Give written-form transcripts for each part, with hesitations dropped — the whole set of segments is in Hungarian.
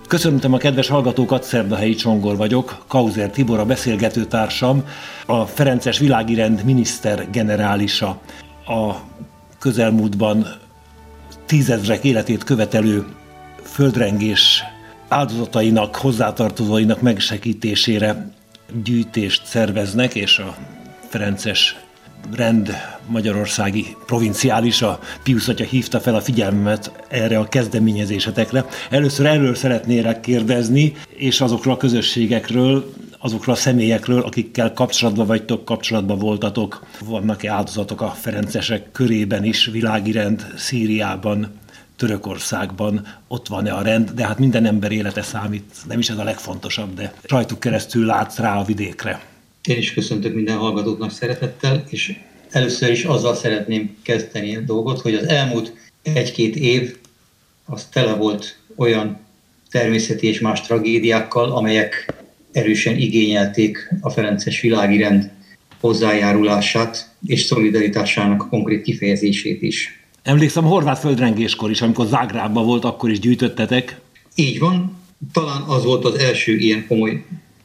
Köszöntöm a kedves hallgatókat, Szerdahelyi Csongor vagyok, Kauser Tibor a beszélgető társam, a ferences világirend miniszter generálisa. A közelmúltban 10 000 életét követelő földrengés áldozatainak, hozzátartozóinak megsegítésére gyűjtést szerveznek, és a ferences rend magyarországi provinciálisa, Piusz atya hívta fel a figyelmemet erre a kezdeményezésetekre. Először erről szeretnélek kérdezni, és azokról a közösségekről, azokról a személyekről, akikkel kapcsolatban vagytok, kapcsolatban voltatok. Vannak-e áldozatok a ferencesek körében is, világirend, Szíriában, Törökországban, ott van-e a rend, de hát minden ember élete számít, nem is ez a legfontosabb, de rajtuk keresztül látsz rá a vidékre. Én is köszöntök minden hallgatóknak szeretettel, és először is azzal szeretném kezdeni a dolgot, hogy az elmúlt 1-2 év az tele volt olyan természeti és más tragédiákkal, amelyek erősen igényelték a ferences világirend hozzájárulását és szolidaritásának a konkrét kifejezését is. Emlékszem, a horvát földrengéskor is, amikor Zágrábban volt, akkor is gyűjtöttetek. Így van, talán az volt az első ilyen komoly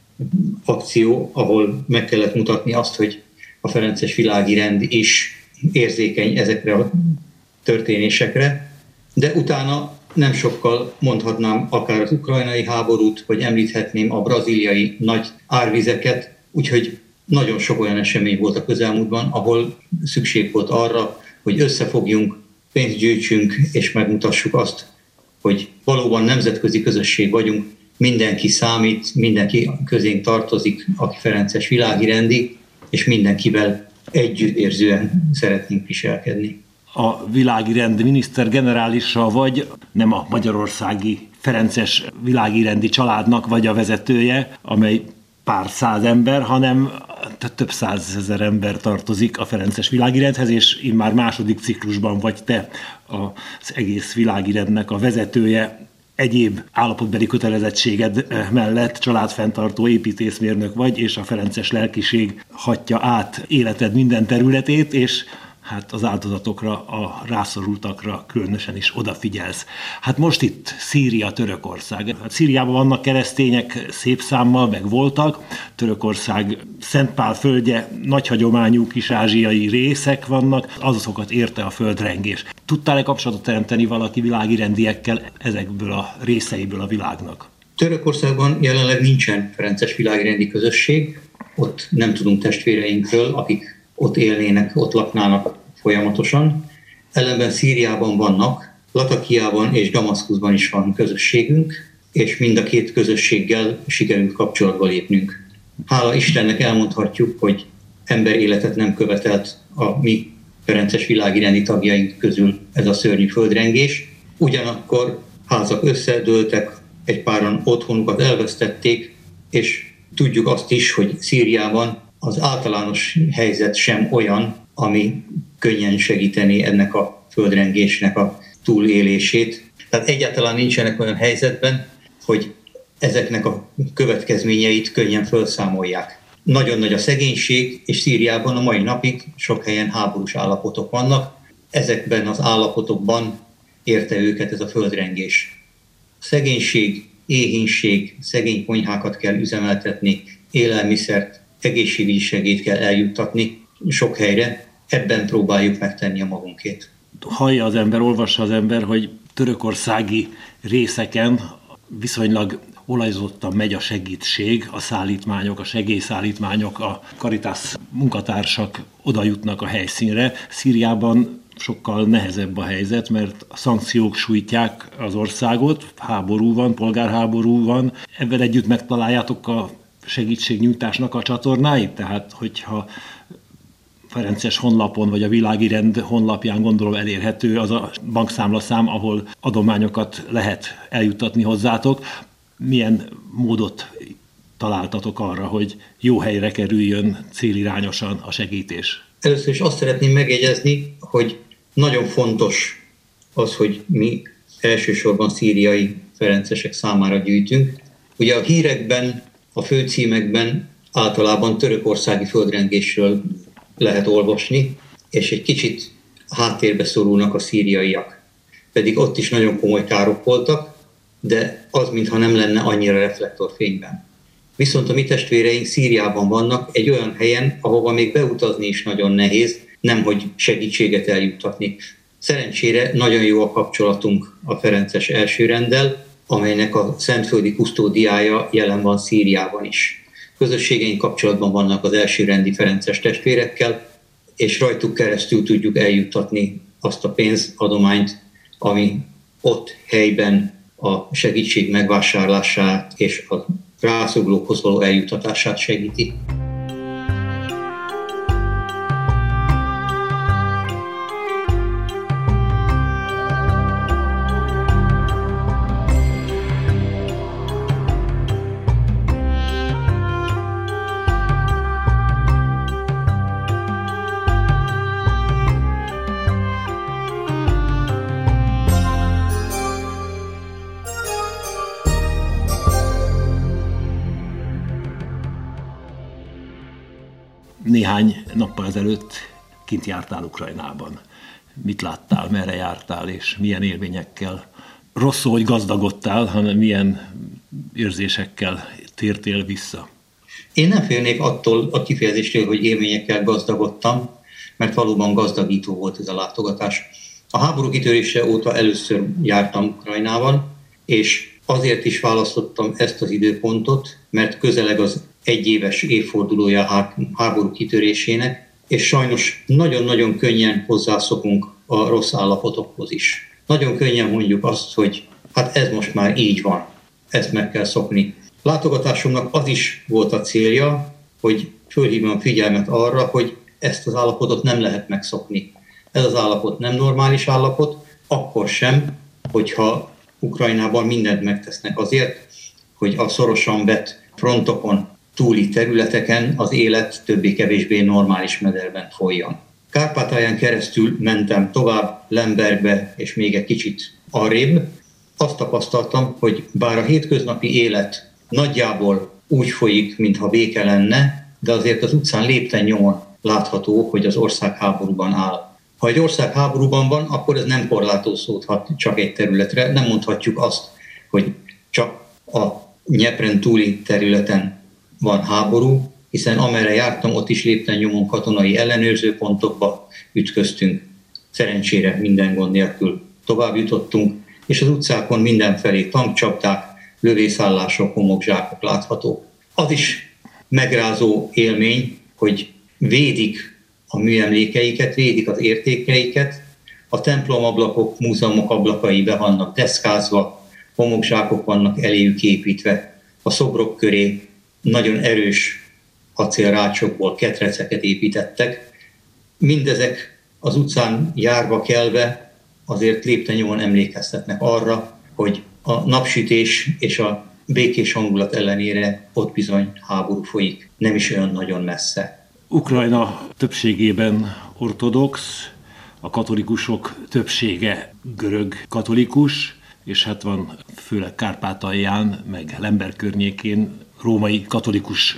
akció, ahol meg kellett mutatni azt, hogy a ferences világi rend is érzékeny ezekre a történésekre, de utána nem sokkal mondhatnám akár az ukrajnai háborút, vagy említhetném a brazíliai nagy árvizeket, úgyhogy nagyon sok olyan esemény volt a közelmúltban, ahol szükség volt arra, hogy összefogjunk, pénzt gyűjtsünk, és megmutassuk azt, hogy valóban nemzetközi közösség vagyunk, mindenki számít, mindenki közénk tartozik, aki ferences világirendi, és mindenkivel együttérzően szeretnénk viselkedni. A világirend miniszter generálisa vagy, nem a magyarországi ferences világirendi családnak vagy a vezetője, amely pár száz ember, hanem több 100 000 ember tartozik a ferences világirendhez, és immár második ciklusban vagy te az egész világirendnek a vezetője. Egyéb állapotbeli kötelezettséged mellett családfenntartó építészmérnök vagy, és a ferences lelkiség hatja át életed minden területét, és hát az áldozatokra, a rászorultakra különösen is odafigyelsz. Hát most itt Szíria, Törökország. Hát Szíriában vannak keresztények szép számmal, meg voltak. Törökország Szent Pál földje, nagy hagyományú kis-ázsiai részek vannak, azokat érte a földrengés. Tudtál-e kapcsolatot teremteni valaki világirendiekkel ezekből a részeiből a világnak? Törökországban jelenleg nincsen ferences világirendi közösség, ott nem tudunk testvéreinkről, akik ott élnének, ott laknának folyamatosan. Ellenben Szíriában vannak, Latakiában és Damaszkuszban is van közösségünk, és mind a két közösséggel sikerült kapcsolatba lépnünk. Hála Istennek elmondhatjuk, hogy emberéletet nem követelt a mi ferences világirendi tagjaink közül ez a szörnyű földrengés. Ugyanakkor házak összedőltek, egy páran otthonukat elvesztették, és tudjuk azt is, hogy Szíriában az általános helyzet sem olyan, ami könnyen segíteni ennek a földrengésnek a túlélését. Tehát egyáltalán nincsenek olyan helyzetben, hogy ezeknek a következményeit könnyen felszámolják. Nagyon nagy a szegénység, és Szíriában a mai napig sok helyen háborús állapotok vannak. Ezekben az állapotokban érte őket ez a földrengés. Szegénység, éhínség, szegény konyhákat kell üzemeltetni, élelmiszert, egészségügyi segélyt kell eljuttatni sok helyre, ebben próbáljuk megtenni a magunkét. Hallja az ember, olvassa az ember, hogy törökországi részeken viszonylag olajzottan megy a segítség, a szállítmányok, a segélyszállítmányok, a Caritas munkatársak oda jutnak a helyszínre. Szíriában sokkal nehezebb a helyzet, mert a szankciók sújtják az országot, háború van, polgárháború van. Ebben együtt megtaláljátok a segítségnyújtásnak a csatornáit? Tehát, hogyha ferences honlapon, vagy a világirend honlapján gondolom elérhető az a bankszámlaszám, ahol adományokat lehet eljuttatni hozzátok. Milyen módot találtatok arra, hogy jó helyre kerüljön célirányosan a segítés? Először is azt szeretném megjegyezni, hogy nagyon fontos az, hogy mi elsősorban szíriai ferencesek számára gyűjtünk. Ugye a hírekben, a főcímekben általában törökországi földrengésről lehet olvasni, és egy kicsit háttérbe szorulnak a szíriaiak. Pedig ott is nagyon komoly károk voltak, de az mintha nem lenne annyira reflektorfényben. Viszont a mi testvéreink Szíriában vannak egy olyan helyen, ahova még beutazni is nagyon nehéz, nemhogy segítséget eljuttatni. Szerencsére nagyon jó a kapcsolatunk a ferences elsőrenddel, amelynek a szentföldi kusztódiája jelen van Szíriában is. Közösségeink kapcsolatban vannak az elsőrendi ferences testvérekkel, és rajtuk keresztül tudjuk eljuttatni azt a pénzadományt, ami ott helyben a segítség megvásárlását és a rászorulókhoz való eljuttatását segíti. Néhány nappal ezelőtt kint jártál Ukrajnában. Mit láttál, merre jártál, és milyen élményekkel? Rossz, hogy gazdagodtál, hanem milyen érzésekkel tértél vissza? Én nem félnék attól a kifejezéstől, hogy élményekkel gazdagodtam, mert valóban gazdagító volt ez a látogatás. A háború kitörése óta először jártam Ukrajnában, és azért is választottam ezt az időpontot, mert közeleg az egyéves évfordulója a háború kitörésének, és sajnos nagyon-nagyon könnyen hozzászokunk a rossz állapotokhoz is. Nagyon könnyen mondjuk azt, hogy hát ez most már így van, ezt meg kell szokni. Látogatásomnak az is volt a célja, hogy fölhívjam figyelmet arra, hogy ezt az állapotot nem lehet megszokni. Ez az állapot nem normális állapot, akkor sem, hogyha Ukrajnában mindent megtesznek azért, hogy a szorosan vett frontokon túli területeken az élet többé-kevésbé normális mederben folyjon. Kárpátalján keresztül mentem tovább Lembergbe és még egy kicsit arrébb. Azt tapasztaltam, hogy bár a hétköznapi élet nagyjából úgy folyik, mintha béke lenne, de azért az utcán lépten nyomon látható, hogy az ország háborúban áll. Ha egy ország háborúban van, akkor ez nem korlátozódhat csak egy területre. Nem mondhatjuk azt, hogy csak a Dnyepren túli területen van háború, hiszen amerre jártam, ott is lépten nyomon katonai ellenőrzőpontokba ütköztünk. Szerencsére minden gond nélkül tovább jutottunk, és az utcákon mindenfelé tankcsapdák, lövészállások, homokzsákok láthatók. Az is megrázó élmény, hogy védik a műemlékeiket, védik az értékeiket, a templomablakok, múzeumok ablakai be vannak deszkázva, homokzsákok vannak eléjük építve, a szobrok köré nagyon erős acélrácsokból ketreceket építettek. Mindezek az utcán járva kelve azért lépten nyomon emlékeztetnek arra, hogy a napsütés és a békés hangulat ellenére ott bizony háború folyik, nem is olyan nagyon messze. Ukrajna többségében ortodox, a katolikusok többsége görög katolikus, és hát van főleg Kárpátalján, meg Lemberg környékén római katolikus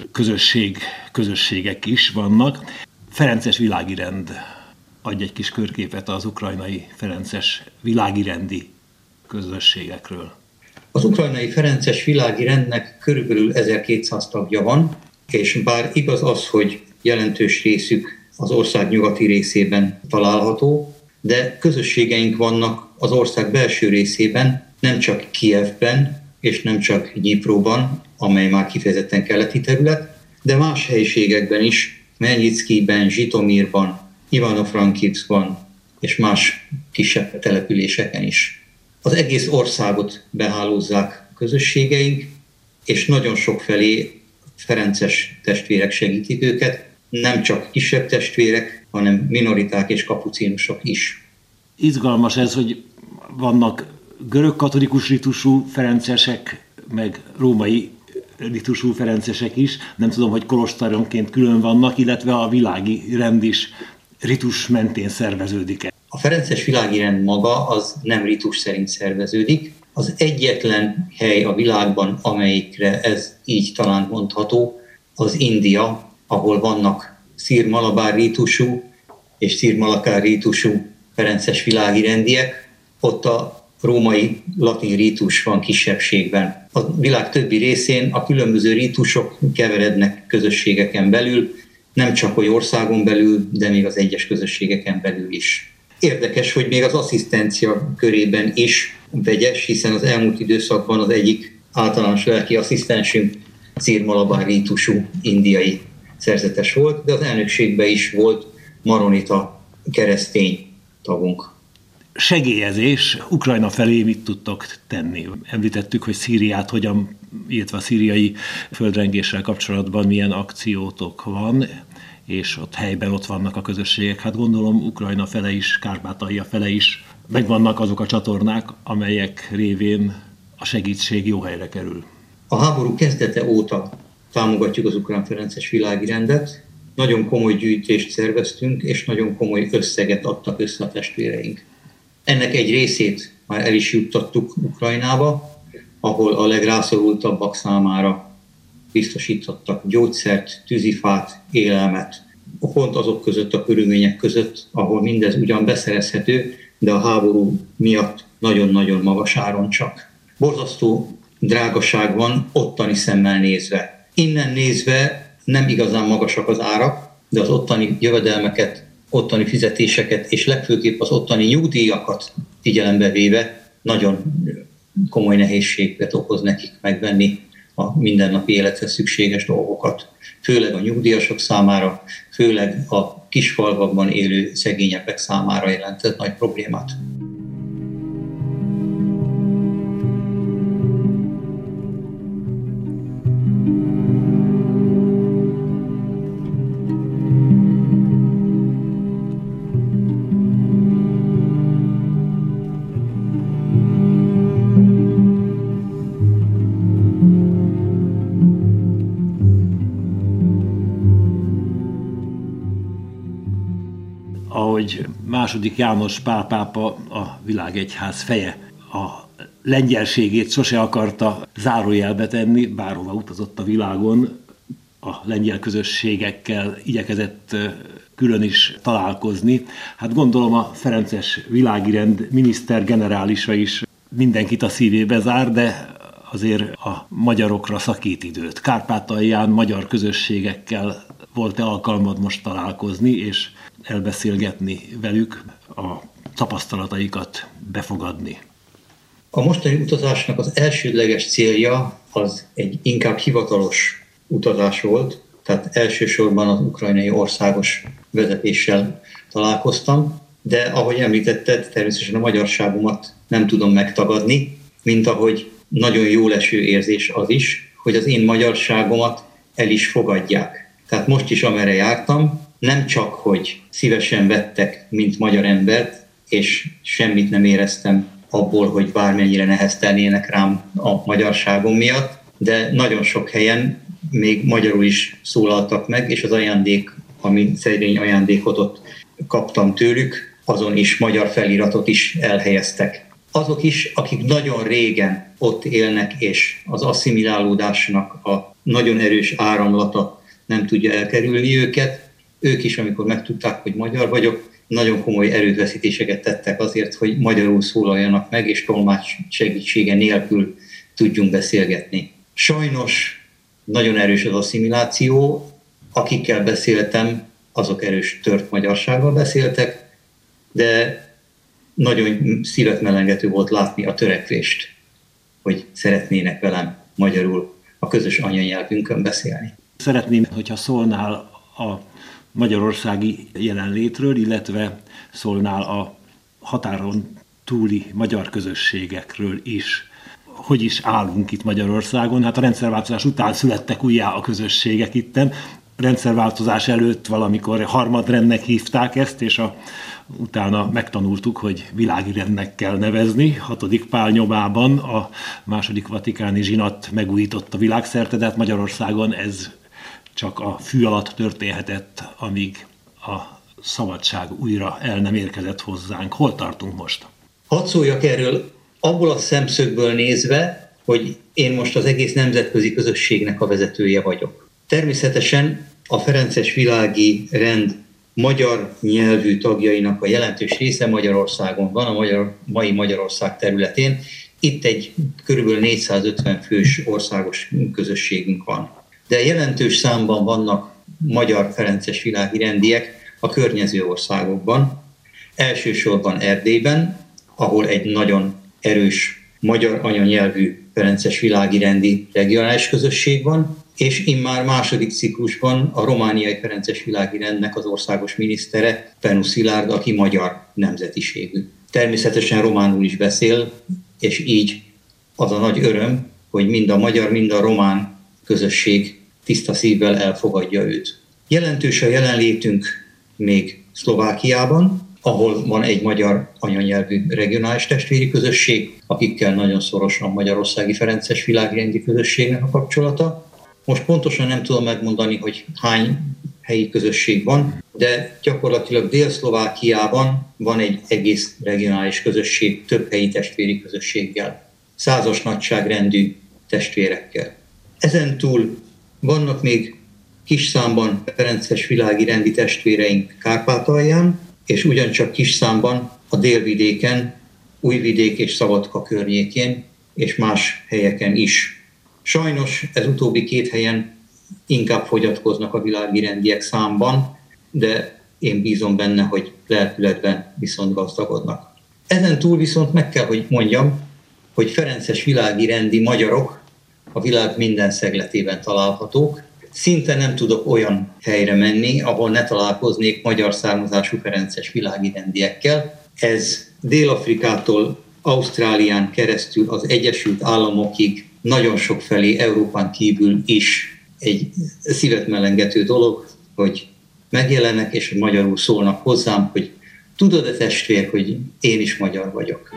közösségek is vannak. Ferences világi rend adj egy kis körképet az ukrajnai ferences világi rendi közösségekről. Az ukrajnai ferences világi rendnek körülbelül 1200 tagja van, és bár igaz az, hogy jelentős részük az ország nyugati részében található, de közösségeink vannak az ország belső részében, nem csak Kijevben és nem csak Dnyipróban, amely már kifejezetten keleti terület, de más helyiségekben is, Melnyickiben, Zsitomirban, Ivano-Frankivszkban és más kisebb településeken is. Az egész országot behálózzák a közösségeink, és nagyon sok felé ferences testvérek segítik őket, nem csak kisebb testvérek, hanem minoriták és kapucinusok is. Izgalmas ez, hogy vannak görög katolikus ritusú ferencesek, meg római ritusú ferencesek is. Nem tudom, hogy kolostoronként külön vannak, illetve a világi rend is ritus mentén szerveződik-e. A ferences világi rend maga az nem ritus szerint szerveződik. Az egyetlen hely a világban, amelyikre ez így talán mondható, az India, ahol vannak szír-malabár ritusú és szír-malakár ritusú ferences világi rendiek. Ott a római latin rítus van kisebbségben. A világ többi részén a különböző rítusok keverednek közösségeken belül, nem csak hogy országon belül, de még az egyes közösségeken belül is. Érdekes, hogy még az asszisztencia körében is vegyes, hiszen az elmúlt időszakban az egyik általános lelki asszisztensünk szirmalabár rítusú indiai szerzetes volt, de az elnökségben is volt maronita keresztény tagunk. Segélyezés, Ukrajna felé mit tudtok tenni? Említettük, hogy Szíriát hogyan, illetve a szíriai földrengéssel kapcsolatban milyen akciótok van, és ott helyben ott vannak a közösségek. Hát gondolom Ukrajna fele is, Kárpátalja fele is megvannak azok a csatornák, amelyek révén a segítség jó helyre kerül. A háború kezdete óta támogatjuk az ukrán ferences világi rendet, nagyon komoly gyűjtést szerveztünk, és nagyon komoly összeget adtak össze a testvéreink. Ennek egy részét már el is juttattuk Ukrajnába, ahol a legrászorultabbak számára biztosítottak gyógyszert, tűzifát, élelmet. Pont azok között a körülmények között, ahol mindez ugyan beszerezhető, de a háború miatt nagyon-nagyon magas áron csak. Borzasztó drágaság van ottani szemmel nézve. Innen nézve nem igazán magasak az árak, de az ottani jövedelmeket, ottani fizetéseket és legfőképp az ottani nyugdíjakat figyelembe véve nagyon komoly nehézséget okoz nekik megvenni a mindennapi élethez szükséges dolgokat. Főleg a nyugdíjasok számára, főleg a kisfalvakban élő szegényebbek számára jelentett nagy problémát. Ahogy II. János Pál pápa, a világegyház feje, a lengyelségét sose akarta zárójelbe tenni, bárhova utazott a világon, a lengyel közösségekkel igyekezett külön is találkozni. Hát gondolom a ferences világirend miniszter generálisa is mindenkit a szívébe zár, de azért a magyarokra szakít időt. Kárpátalján magyar közösségekkel volt-e alkalmad most találkozni, és elbeszélgetni velük, a tapasztalataikat befogadni? A mostani utazásnak az elsődleges célja az egy inkább hivatalos utazás volt, tehát elsősorban az ukrajnai országos vezetéssel találkoztam, de ahogy említetted, természetesen a magyarságomat nem tudom megtagadni, mint ahogy nagyon jó leső érzés az is, hogy az én magyarságomat el is fogadják. Tehát most is, amerre jártam, nem csak, hogy szívesen vettek, mint magyar embert, és semmit nem éreztem abból, hogy bármennyire neheztelnének rám a magyarságom miatt, de nagyon sok helyen még magyarul is szólaltak meg, és az ajándék, ami szerény ajándékot ott kaptam tőlük, azon is magyar feliratot is elhelyeztek. Azok is, akik nagyon régen ott élnek, és az asszimilálódásnak a nagyon erős áramlata nem tudja elkerülni őket, ők is, amikor megtudták, hogy magyar vagyok, nagyon komoly erőfeszítéseket tettek azért, hogy magyarul szólaljanak meg, és tolmács segítsége nélkül tudjunk beszélgetni. Sajnos nagyon erős az asszimiláció, akikkel beszéltem, azok erős tört magyarsággal beszéltek, de nagyon szívetmelengető volt látni a törekvést, hogy szeretnének velem magyarul a közös anyanyelvünkön beszélni. Szeretném, hogyha szólnál a magyarországi jelenlétről, illetve szólnál a határon túli magyar közösségekről is. Hogy is állunk itt Magyarországon? Hát a rendszerváltozás után születtek újjá a közösségek itten. A rendszerváltozás előtt valamikor harmadrendnek hívták ezt, és utána megtanultuk, hogy világirendnek kell nevezni. 6. Pál nyomában a II. Vatikáni zsinat megújította világszerte, de hát Magyarországon ez csak a fű alatt történhetett, amíg a szabadság újra el nem érkezett hozzánk. Hol tartunk most? Hadd szóljak erről abból a szemszögből nézve, hogy én most az egész nemzetközi közösségnek a vezetője vagyok. Természetesen a ferences világi rend magyar nyelvű tagjainak a jelentős része Magyarországon van, mai Magyarország területén. Itt egy kb. 450 fős országos közösségünk van. De jelentős számban vannak magyar ferences világi rendiek a környező országokban, elsősorban Erdélyben, ahol egy nagyon erős magyar anyanyelvű ferences világi rendi regionális közösség van, és immár második ciklusban a romániai ferences világi rendnek az országos minisztere, Penu Szilárd, aki magyar nemzetiségű. Természetesen románul is beszél, és így az a nagy öröm, hogy mind a magyar, mind a román közösség tiszta szívvel elfogadja őt. Jelentős a jelenlétünk még Szlovákiában, ahol van egy magyar anyanyelvű regionális testvéri közösség, akikkel nagyon szorosan magyarországi ferences világrendi közösségnek a kapcsolata. Most pontosan nem tudom megmondani, hogy hány helyi közösség van, de gyakorlatilag Dél-Szlovákiában van egy egész regionális közösség több helyi testvéri közösséggel, 100-as nagyságrendű testvérekkel. Ezen túl vannak még kis számban ferences világi rendi testvéreink Kárpátalján, és ugyancsak kis számban a délvidéken, Újvidék és Szabadka környékén, és más helyeken is. Sajnos ez utóbbi két helyen inkább fogyatkoznak a világi rendiek számban, de én bízom benne, hogy lelkületben viszont gazdagodnak. Ezen túl viszont meg kell, hogy mondjam, hogy ferences világi rendi magyarok a világ minden szegletében találhatók. Szinte nem tudok olyan helyre menni, ahol ne találkoznék magyar származású ferences világi rendiekkel. Ez Dél-Afrikától Ausztrálián keresztül az Egyesült Államokig nagyon sok felé Európán kívül is egy szívet melengető dolog, hogy megjelennek és magyarul szólnak hozzám, hogy tudod-e testvér, hogy én is magyar vagyok.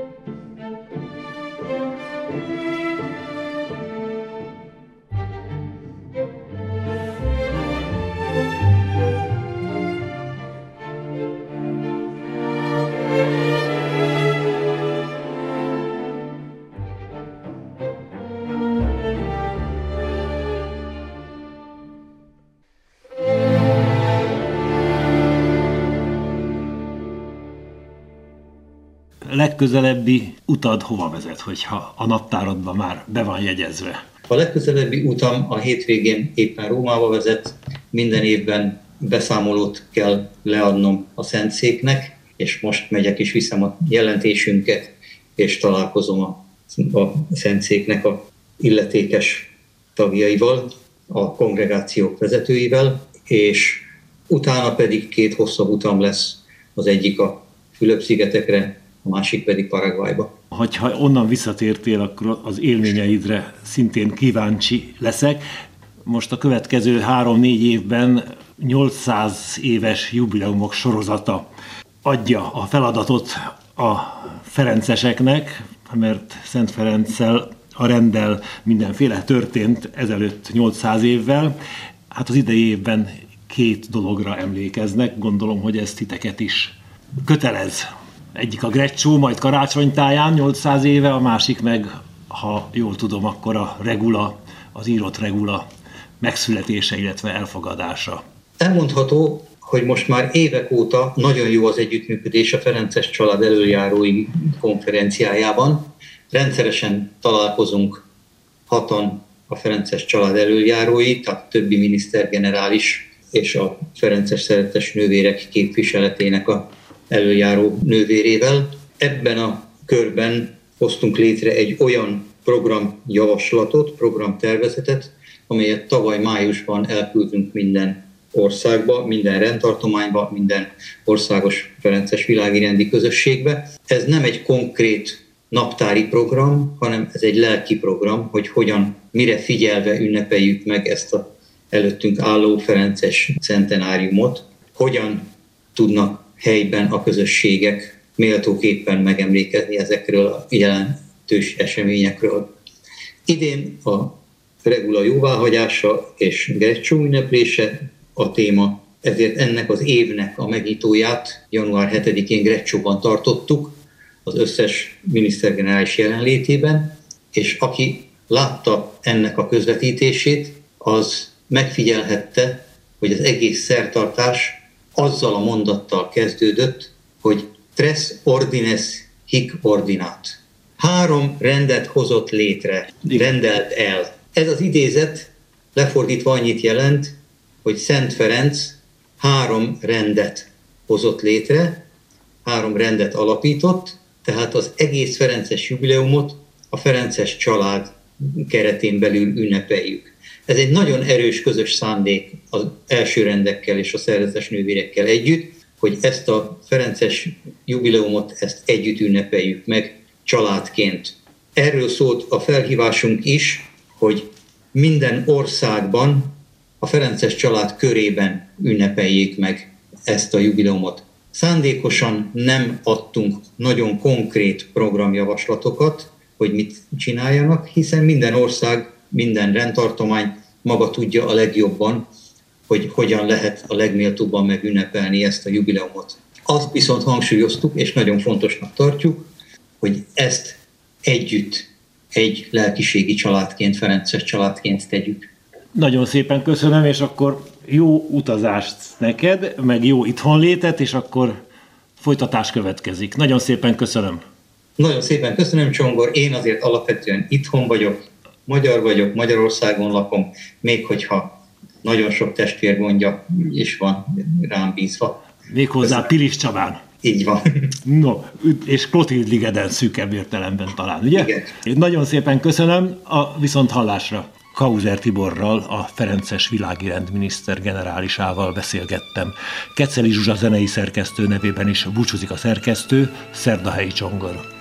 Legközelebbi utad hova vezet, hogyha a naptáradban már be van jegyezve? A legközelebbi utam a hétvégén éppen Rómába vezet. Minden évben beszámolót kell leadnom a Szentszéknek, és most megyek és viszem a jelentésünket, és találkozom a Szentszéknek a illetékes tagjaival, a kongregációk vezetőivel, és utána pedig 2 hosszabb utam lesz, az egyik a Fülöp-szigetekre, a másik pedig Paraguayba. Ha onnan visszatértél, akkor az élményeidre szintén kíváncsi leszek. Most a következő 3-4 évben 800 éves jubileumok sorozata adja a feladatot a ferenceseknek, mert Szent Ferenccel, a renddel mindenféle történt ezelőtt 800 évvel. Hát az idei évben 2 dologra emlékeznek, gondolom, hogy ez titeket is kötelez. Egyik a Greccio, majd karácsonytáján 800 éve, a másik meg, ha jól tudom, akkor a regula, az írott regula megszületése, illetve elfogadása. Elmondható, hogy most már évek óta nagyon jó az együttműködés a Ferences Család elöljárói konferenciájában. Rendszeresen találkozunk 6-an a Ferences Család elöljárói, tehát többi minisztergenerális és a Ferences Szerettes Nővérek képviseletének a elöljáró nővérével. Ebben a körben hoztunk létre egy olyan programjavaslatot, programtervezetet, amelyet tavaly májusban elküldtünk minden országba, minden rendtartományba, minden országos ferences világi rendi közösségbe. Ez nem egy konkrét naptári program, hanem ez egy lelki program, hogy hogyan, mire figyelve ünnepeljük meg ezt az előttünk álló ferences centenáriumot, hogyan tudnak helyben a közösségek méltóképpen megemlékezni ezekről a jelentős eseményekről. Idén a regula jóváhagyása és Greccio ünneplése a téma, ezért ennek az évnek a megnyitóját január 7-én Greccióban tartottuk, az összes minisztergenerális jelenlétében, és aki látta ennek a közvetítését, az megfigyelhette, hogy az egész szertartás azzal a mondattal kezdődött, hogy tres ordines hic ordinat. 3 rendet hozott létre, rendelt el. Ez az idézet lefordítva annyit jelent, hogy Szent Ferenc 3 rendet hozott létre, 3 rendet alapított, tehát az egész ferences jubileumot a ferences család keretén belül ünnepeljük. Ez egy nagyon erős közös szándék az első rendekkel és a szerzetes nővérekkel együtt, hogy ezt a ferences jubileumot, ezt együtt ünnepeljük meg családként. Erről szólt a felhívásunk is, hogy minden országban a ferences család körében ünnepeljék meg ezt a jubileumot. Szándékosan nem adtunk nagyon konkrét programjavaslatokat, hogy mit csináljanak, hiszen minden ország, minden rendtartomány maga tudja a legjobban, hogy hogyan lehet a legméltóbban megünnepelni ezt a jubileumot. Azt viszont hangsúlyoztuk, és nagyon fontosnak tartjuk, hogy ezt együtt egy lelkiségi családként, ferences családként tegyük. Nagyon szépen köszönöm, és akkor jó utazást neked, meg jó itthonlétet, és akkor folytatás következik. Nagyon szépen köszönöm. Nagyon szépen köszönöm, Csongor. Én azért alapvetően itthon vagyok, Magyarországon lakom, még hogyha nagyon sok testvérgondja is van rám bízva. Méghozzá Pilis Csabán. Így van. No, és Klotild-ligeden szűkebb értelemben talán, ugye? Igen. Nagyon szépen köszönöm, a viszonthallásra. Kauser Tiborral, a ferences világi rendminiszter generálisával beszélgettem. Keceli Zsuzsa zenei szerkesztő nevében is búcsúzik a szerkesztő, Szerdahelyi Csongor.